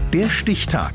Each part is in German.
Der Stichtag.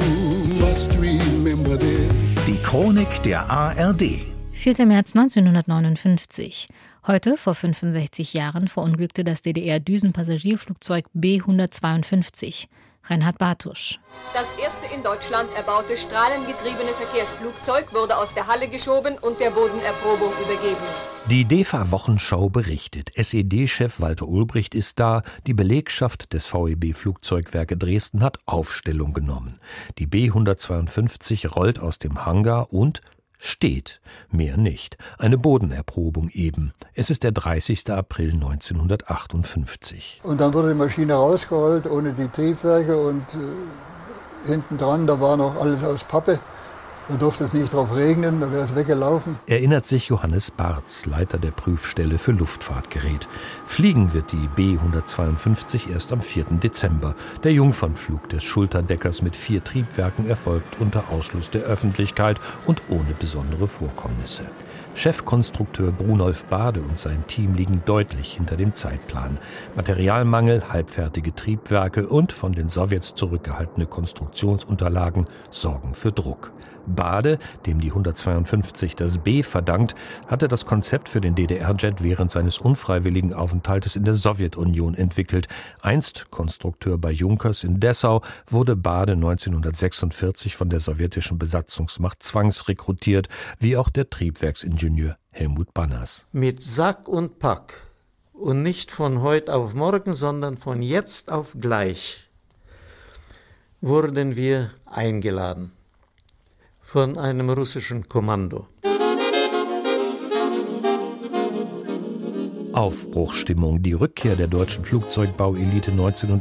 Die Chronik der ARD. 4. März 1959. Heute, vor 65 Jahren, verunglückte das DDR-Düsenpassagierflugzeug B-152. Reinhard Bartusch. Das erste in Deutschland erbaute strahlengetriebene Verkehrsflugzeug wurde aus der Halle geschoben und der Bodenerprobung übergeben. Die DEFA-Wochenschau berichtet, SED-Chef Walter Ulbricht ist da, die Belegschaft des VEB-Flugzeugwerke Dresden hat Aufstellung genommen. Die B-152 rollt aus dem Hangar und steht, mehr nicht. Eine Bodenerprobung eben. Es ist der 30. April 1958. Und dann wurde die Maschine rausgerollt, ohne die Triebwerke und hinten dran, da war noch alles aus Pappe. Da durfte es nicht drauf regnen, da wäre es weggelaufen. Erinnert sich Johannes Barz, Leiter der Prüfstelle für Luftfahrtgerät. Fliegen wird die B-152 erst am 4. Dezember. Der Jungfernflug des Schulterdeckers mit 4 Triebwerken erfolgt unter Ausschluss der Öffentlichkeit und ohne besondere Vorkommnisse. Chefkonstrukteur Brunolf Bade und sein Team liegen deutlich hinter dem Zeitplan. Materialmangel, halbfertige Triebwerke und von den Sowjets zurückgehaltene Konstruktionsunterlagen sorgen für Druck. Bade, dem die 152 das B verdankt, hatte das Konzept für den DDR-Jet während seines unfreiwilligen Aufenthaltes in der Sowjetunion entwickelt. Einst Konstrukteur bei Junkers in Dessau, wurde Bade 1946 von der sowjetischen Besatzungsmacht zwangsrekrutiert, wie auch der Triebwerksingenieur Helmut Banners. Mit Sack und Pack und nicht von heute auf morgen, sondern von jetzt auf gleich wurden wir eingeladen von einem russischen Kommando. Aufbruchsstimmung. Die Rückkehr der deutschen Flugzeugbauelite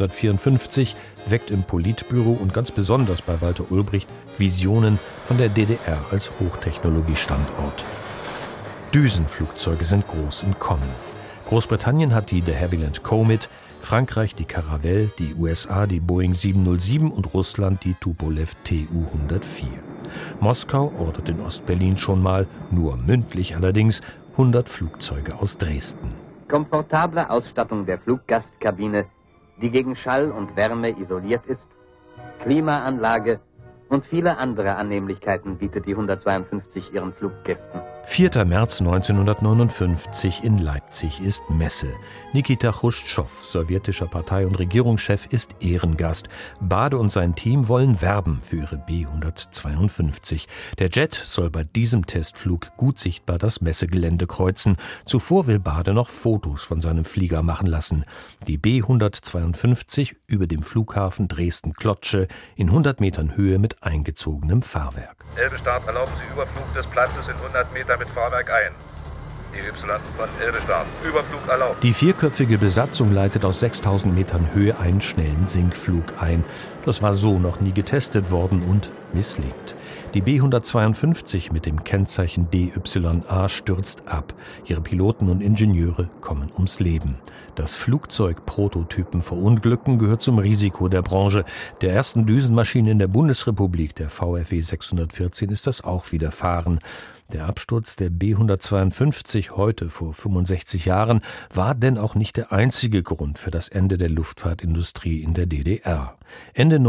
1954 weckt im Politbüro und ganz besonders bei Walter Ulbricht Visionen von der DDR als Hochtechnologiestandort. Düsenflugzeuge sind groß im Kommen. Großbritannien hat die de Havilland Comet, Frankreich die Caravelle, die USA die Boeing 707 und Russland die Tupolew Tu-104. Moskau ordert in Ostberlin schon mal, nur mündlich allerdings, 100 Flugzeuge aus Dresden. Komfortable Ausstattung der Fluggastkabine, die gegen Schall und Wärme isoliert ist, Klimaanlage und viele andere Annehmlichkeiten bietet die 152 ihren Fluggästen. 4. März 1959 in Leipzig ist Messe. Nikita Chruschtschow, sowjetischer Partei- und Regierungschef, ist Ehrengast. Bade und sein Team wollen werben für ihre B-152. Der Jet soll bei diesem Testflug gut sichtbar das Messegelände kreuzen. Zuvor will Bade noch Fotos von seinem Flieger machen lassen. Die B-152 über dem Flughafen Dresden-Klotzsche in 100 Metern Höhe mit eingezogenem Fahrwerk. Elbe-Start, erlauben Sie Überflug des Platzes in 100 Meter mit Fahrwerk ein. Die Y von Elbe-Start. Überflug erlaubt. Die 4-köpfige Besatzung leitet aus 6000 Metern Höhe einen schnellen Sinkflug ein. Das war so noch nie getestet worden und misslingt. Die B-152 mit dem Kennzeichen DYA stürzt ab. Ihre Piloten und Ingenieure kommen ums Leben. Dass Flugzeugprototypen verunglücken, gehört zum Risiko der Branche. Der ersten Düsenmaschine in der Bundesrepublik, der VfW 614, ist das auch widerfahren. Der Absturz der B-152 heute vor 65 Jahren war denn auch nicht der einzige Grund für das Ende der Luftfahrtindustrie in der DDR. Ende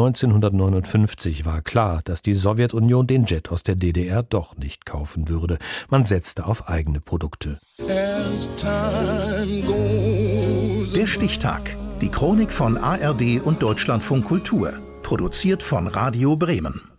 1959 war klar, dass die Sowjetunion den Jet aus der DDR doch nicht kaufen würde. Man setzte auf eigene Produkte. Der Stichtag. Die Chronik von ARD und Deutschlandfunk Kultur. Produziert von Radio Bremen.